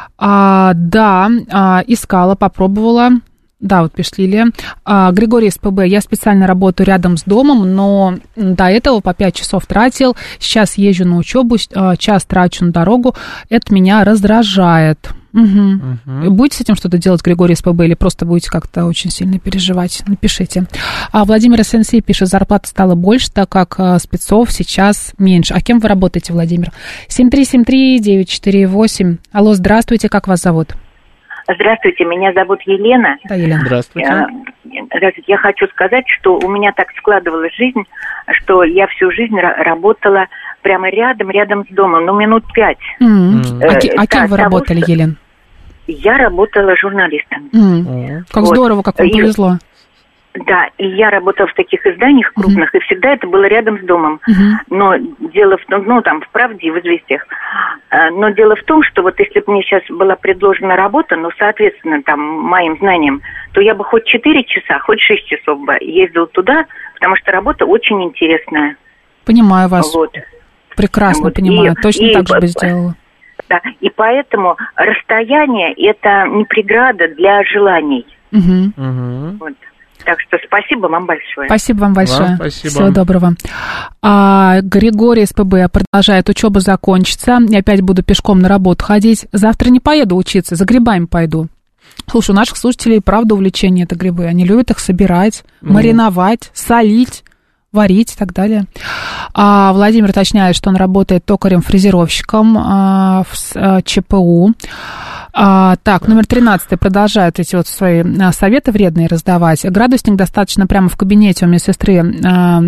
А, да, а, искала, попробовала. Да, вот пишет Лилия. А, Григорий СПБ. Я специально работаю рядом с домом, но до этого по пять часов тратил. Сейчас езжу на учебу, час трачу на дорогу. Это меня раздражает. Угу. Угу. Будете с этим что-то делать, Григорий СПБ, или просто будете как-то очень сильно переживать? Напишите. А Владимир СНС пишет, зарплата стала больше, так как спецов сейчас меньше. А кем вы работаете, Владимир? семь три семь три девять четыре восемь. Алло, здравствуйте, как вас зовут? Здравствуйте, меня зовут Елена. Да, Елена. Здравствуйте. Здравствуйте. Я хочу сказать, что у меня так складывалась жизнь, что я всю жизнь работала прямо рядом, рядом с домом, ну, минут пять. Mm-hmm. А, а кем да, вы работали, что... Елена? Я работала журналистом. Mm-hmm. Как вот. Здорово, как вам повезло. Да, и я работала в таких изданиях крупных, uh-huh. и всегда это было рядом с домом. Uh-huh. Но дело в том, ну, там, в «Правде» и в «Известиях». Но дело в том, что вот если бы мне сейчас была предложена работа, ну, соответственно, там, моим знаниям, то я бы хоть четыре часа, хоть шесть часов бы ездила туда, потому что работа очень интересная. Понимаю вас. Вот. Прекрасно вот. понимаю. И, Точно и, так же бы сделала. Да, и поэтому расстояние – это не преграда для желаний. Uh-huh. Uh-huh. Вот. Так что спасибо вам большое. Спасибо вам большое. Вам спасибо. Всего доброго. А, Григорий СПБ продолжает. Учеба закончится. Я опять буду пешком на работу ходить. Завтра не поеду учиться, за грибами пойду. Слушай, у наших слушателей правда увлечение это грибы. Они любят их собирать, mm. мариновать, солить, варить и так далее. А, Владимир уточняет, что он работает токарем-фрезеровщиком а, в а, ЧПУ. А, так, номер тринадцатый продолжает эти вот свои а, советы вредные раздавать. Градусник достаточно прямо в кабинете у медсестры а,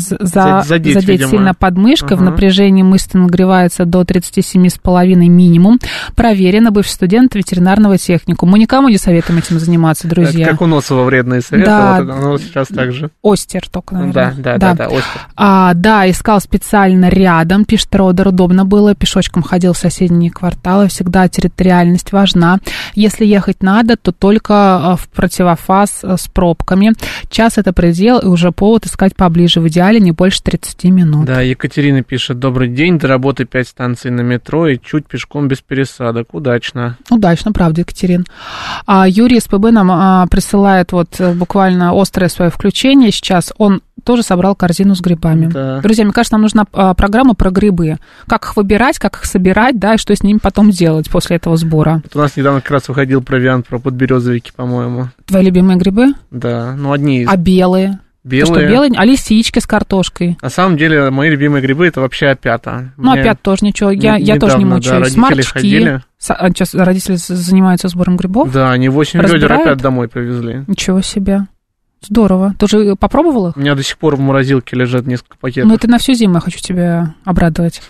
за, задеть, задеть сильно подмышкой. Ага. В напряжении мышцы нагревается до тридцать семь и пять минимум. Проверено. Бывший студент ветеринарного техникума. Мы никому не советуем этим заниматься, друзья. Это как у Носова вредные советы, да, вот оно сейчас так же. Остер только, наверное. Да, да, да, да, да, Остер. А, да, искал специально рядом, пишет Родер, удобно было, пешочком ходил в соседние кварталы, всегда территориальность важна. Если ехать надо, то только в противофаз с пробками. Час это предел, и уже повод искать поближе, в идеале не больше тридцать минут. Да, Екатерина пишет: добрый день, до работы пять станций на метро и чуть пешком без пересадок. Удачно. Удачно, правда, Екатерин. А, Юрий из ПБ нам а, присылает вот буквально острое свое включение сейчас. Он тоже собрал корзину с грибами. Да. Друзья, мне кажется, нам нужна а, программа про грибы. Как их выбирать, как их собирать, да, и что с ними потом делать после этого сбора. Вот у нас недавно как раз выходил провиант про подберезовики, по-моему. Твои любимые грибы? Да, ну одни из... А белые? Белые. Что, белые? А лисички с картошкой? На самом деле, мои любимые грибы — это вообще опята. Ну, Мне... опят тоже ничего, я, я недавно, тоже не мучаюсь. Да, родители Сморчки. ходили. А сейчас родители занимаются сбором грибов? Да, они восемь ведер опят домой привезли. Ничего себе. Здорово. Ты же попробовал их? У меня до сих пор в морозилке лежат несколько пакетов. Ну, это на всю зиму, я хочу тебя обрадовать.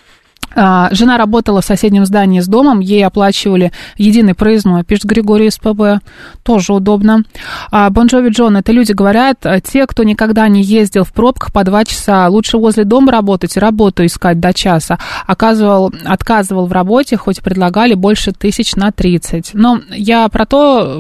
Жена работала в соседнем здании с домом, ей оплачивали единый проездной, пишет Григорий из ПБ, тоже удобно. Бон Джови Джон, это люди говорят, те, кто никогда не ездил в пробках по два часа, лучше возле дома работать и работу искать до часа. Оказывал, отказывал в работе, хоть предлагали больше тысяч на тридцать. Но я про то,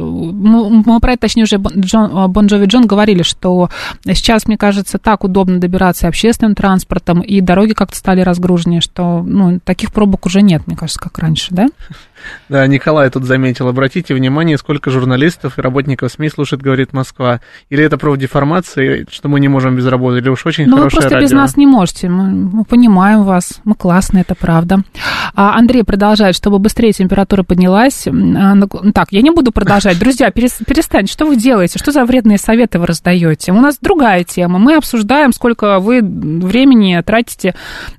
мы про это, точнее, уже Бон Джови Джон говорили, что сейчас, мне кажется, так удобно добираться и общественным транспортом, и дороги как-то стали разгруженнее, что... Ну, таких пробок уже нет, мне кажется, как раньше, да? Да, Николай тут заметил. Обратите внимание, сколько журналистов и работников СМИ слушает «Говорит Москва». Или это профдеформация, что мы не можем без работы, или уж очень ну, хорошее радио. Ну, вы просто без нас не можете. Мы, мы понимаем вас. Мы классные, это правда. А Андрей продолжает, чтобы быстрее температура поднялась. Так, я не буду продолжать. Друзья, перестаньте. Что вы делаете? Что за вредные советы вы раздаете? У нас другая тема. Мы обсуждаем, сколько вы времени тратите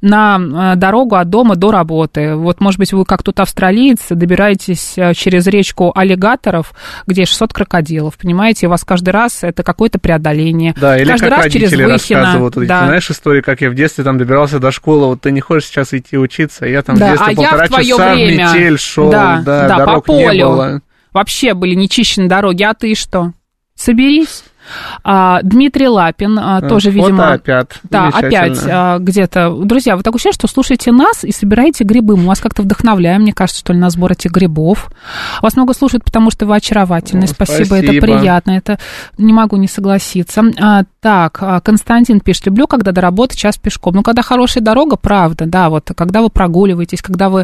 на дорогу от дома до работы. Вот, может быть, вы как тут австралиец, добираетесь через речку аллигаторов, где шестьсот крокодилов, понимаете, и у вас каждый раз это какое-то преодоление. Да, или каждый как раз родители через рассказывают, вот, да. Знаешь историю, как я в детстве там добирался до школы, вот ты не хочешь сейчас идти учиться, я там да, в детстве а полтора в часа время... в метель шел, да, да, да, дорог по полю. не было. Вообще были нечищены дороги, а ты что? Соберись. А, Дмитрий Лапин а, тоже, фото видимо... опять. Да, опять а, где-то... Друзья, вы так ощущаете, что слушаете нас и собираете грибы. Мы вас как-то вдохновляем, мне кажется, что ли, на сбор этих грибов. Вас много слушают, потому что вы очаровательны. Ну, спасибо, спасибо, это приятно. Это не могу не согласиться. А, так, Константин пишет, люблю, когда до работы час пешком. Ну, когда хорошая дорога, правда, да, вот, когда вы прогуливаетесь, когда вы,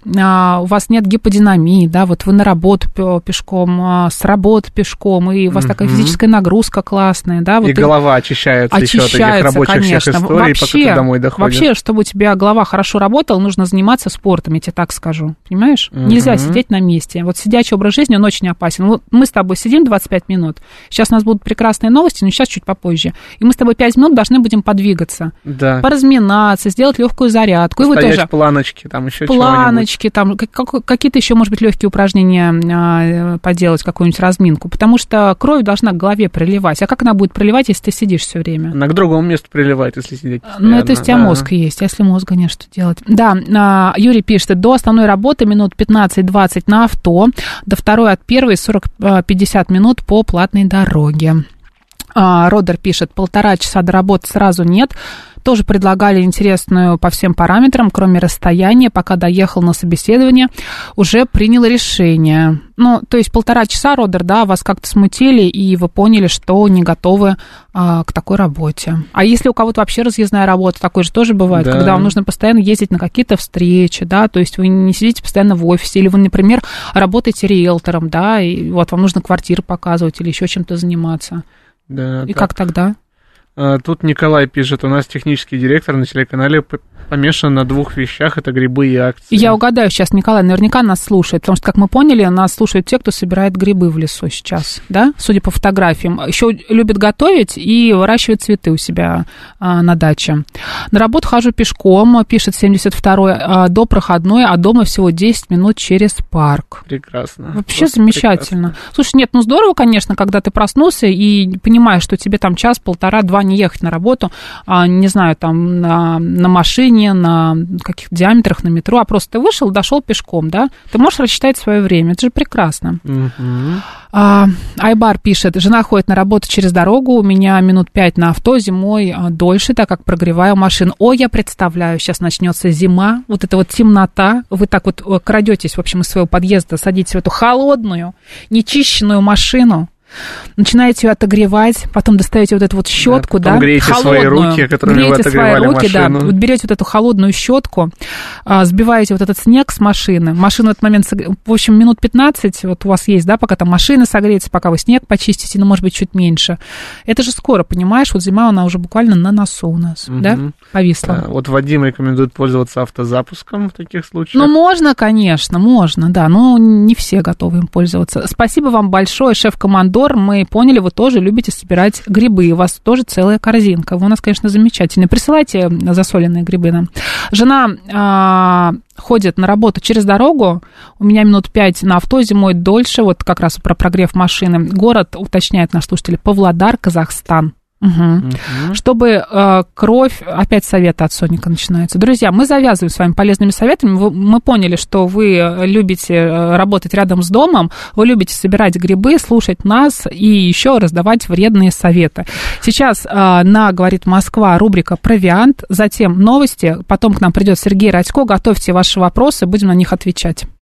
а, у вас нет гиподинамии, да, вот вы на работу пешком, а, с работы пешком, и у вас mm-hmm. такая физическая нагрузка классная, да. Вот и, и голова очищается, очищается еще от этих рабочих конечно. Всех историй, вообще, пока ты домой доходишь. Вообще, чтобы у тебя голова хорошо работала, нужно заниматься спортом, я тебе так скажу, понимаешь? Mm-hmm. Нельзя сидеть на месте. Вот сидячий образ жизни, он очень опасен. Вот мы с тобой сидим двадцать пять минут, сейчас у нас будут прекрасные новости, но сейчас чуть попозже. И мы с тобой пять минут должны будем подвигаться, да. поразминаться, сделать легкую зарядку. И вы тоже планочки, там еще планочки, там какие-то еще, может быть, легкие упражнения поделать, какую-нибудь разминку, потому что кровь должна к голове приливать. А как она будет приливать, если ты сидишь все время? Она к другому месту приливает, если сидеть постоянно. Ну, это если у тебя да. мозг есть, а если мозга нет, что делать? Да, Юрий пишет, до основной работы минут пятнадцать-двадцать на авто, до второй от первой сорок-пятьдесят минут по платной дороге. Родер пишет, полтора часа до работы сразу нет. Тоже предлагали интересную по всем параметрам, кроме расстояния, пока доехал на собеседование, уже принял решение. Ну, то есть полтора часа, Родер, да, вас как-то смутили, и вы поняли, что не готовы а, к такой работе. А если у кого-то вообще разъездная работа, такое же тоже бывает, да. когда вам нужно постоянно ездить на какие-то встречи, да, то есть вы не сидите постоянно в офисе, или вы, например, работаете риэлтором, да, и вот вам нужно квартиру показывать или еще чем-то заниматься. Да, и так. как тогда? Тут Николай пишет, у нас технический директор на телеканале помешан на двух вещах, это грибы и акции. Я угадаю сейчас, Николай наверняка нас слушает, потому что, как мы поняли, нас слушают те, кто собирает грибы в лесу сейчас, да, судя по фотографиям. Еще любит готовить и выращивать цветы у себя а, на даче. На работу хожу пешком, пишет семьдесят второй, а, до проходной, а дома всего десять минут через парк. Прекрасно. Вообще Просто замечательно. Прекрасно. Слушай, нет, ну здорово, конечно, когда ты проснулся и понимаешь, что тебе там час, полтора, два не ехать на работу, а, не знаю, там на, на машине, на каких-то диаметрах, на метро, а просто ты вышел, дошел пешком, да, ты можешь рассчитать свое время, это же прекрасно. Mm-hmm. А, Айбар пишет, жена ходит на работу через дорогу, у меня минут пять на авто, зимой а, дольше, так как прогреваю машину. Ой, я представляю, сейчас начнется зима, вот эта вот темнота, вы так вот крадетесь, в общем, из своего подъезда, садитесь в эту холодную, нечищенную машину, начинаете ее отогревать, потом достаете вот эту вот щетку, да, да греете холодную, свои руки, которыми греете вы отогревали свои руки, машину. да, вот берете вот эту холодную щетку, а, сбиваете вот этот снег с машины, машину в этот момент, в общем, минут пятнадцать вот у вас есть, да, пока там машина согреется, пока вы снег почистите, ну, может быть, чуть меньше. Это же скоро, понимаешь, вот зима, она уже буквально на носу у нас, угу. да, повисла. А, вот Вадим рекомендует пользоваться автозапуском в таких случаях. Ну, можно, конечно, можно, да, но не все готовы им пользоваться. Спасибо вам большое, шеф-командор. Мы поняли, вы тоже любите собирать грибы, у вас тоже целая корзинка. Вы у нас, конечно, замечательные. Присылайте засоленные грибы нам. Жена а, ходит на работу через дорогу, у меня минут пять на авто, зимой дольше, вот как раз про прогрев машины. Город, уточняет наш слушатель, Павлодар, Казахстан. Угу. Угу. Чтобы э, кровь, опять советы от Соника начинаются. Друзья, мы завязываем с вами полезными советами. Вы, мы поняли, что вы любите работать рядом с домом, вы любите собирать грибы, слушать нас и еще раздавать вредные советы. Сейчас э, на «Говорит Москва» рубрика «Провиант», затем новости, потом к нам придет Сергей Радько. Готовьте ваши вопросы, будем на них отвечать.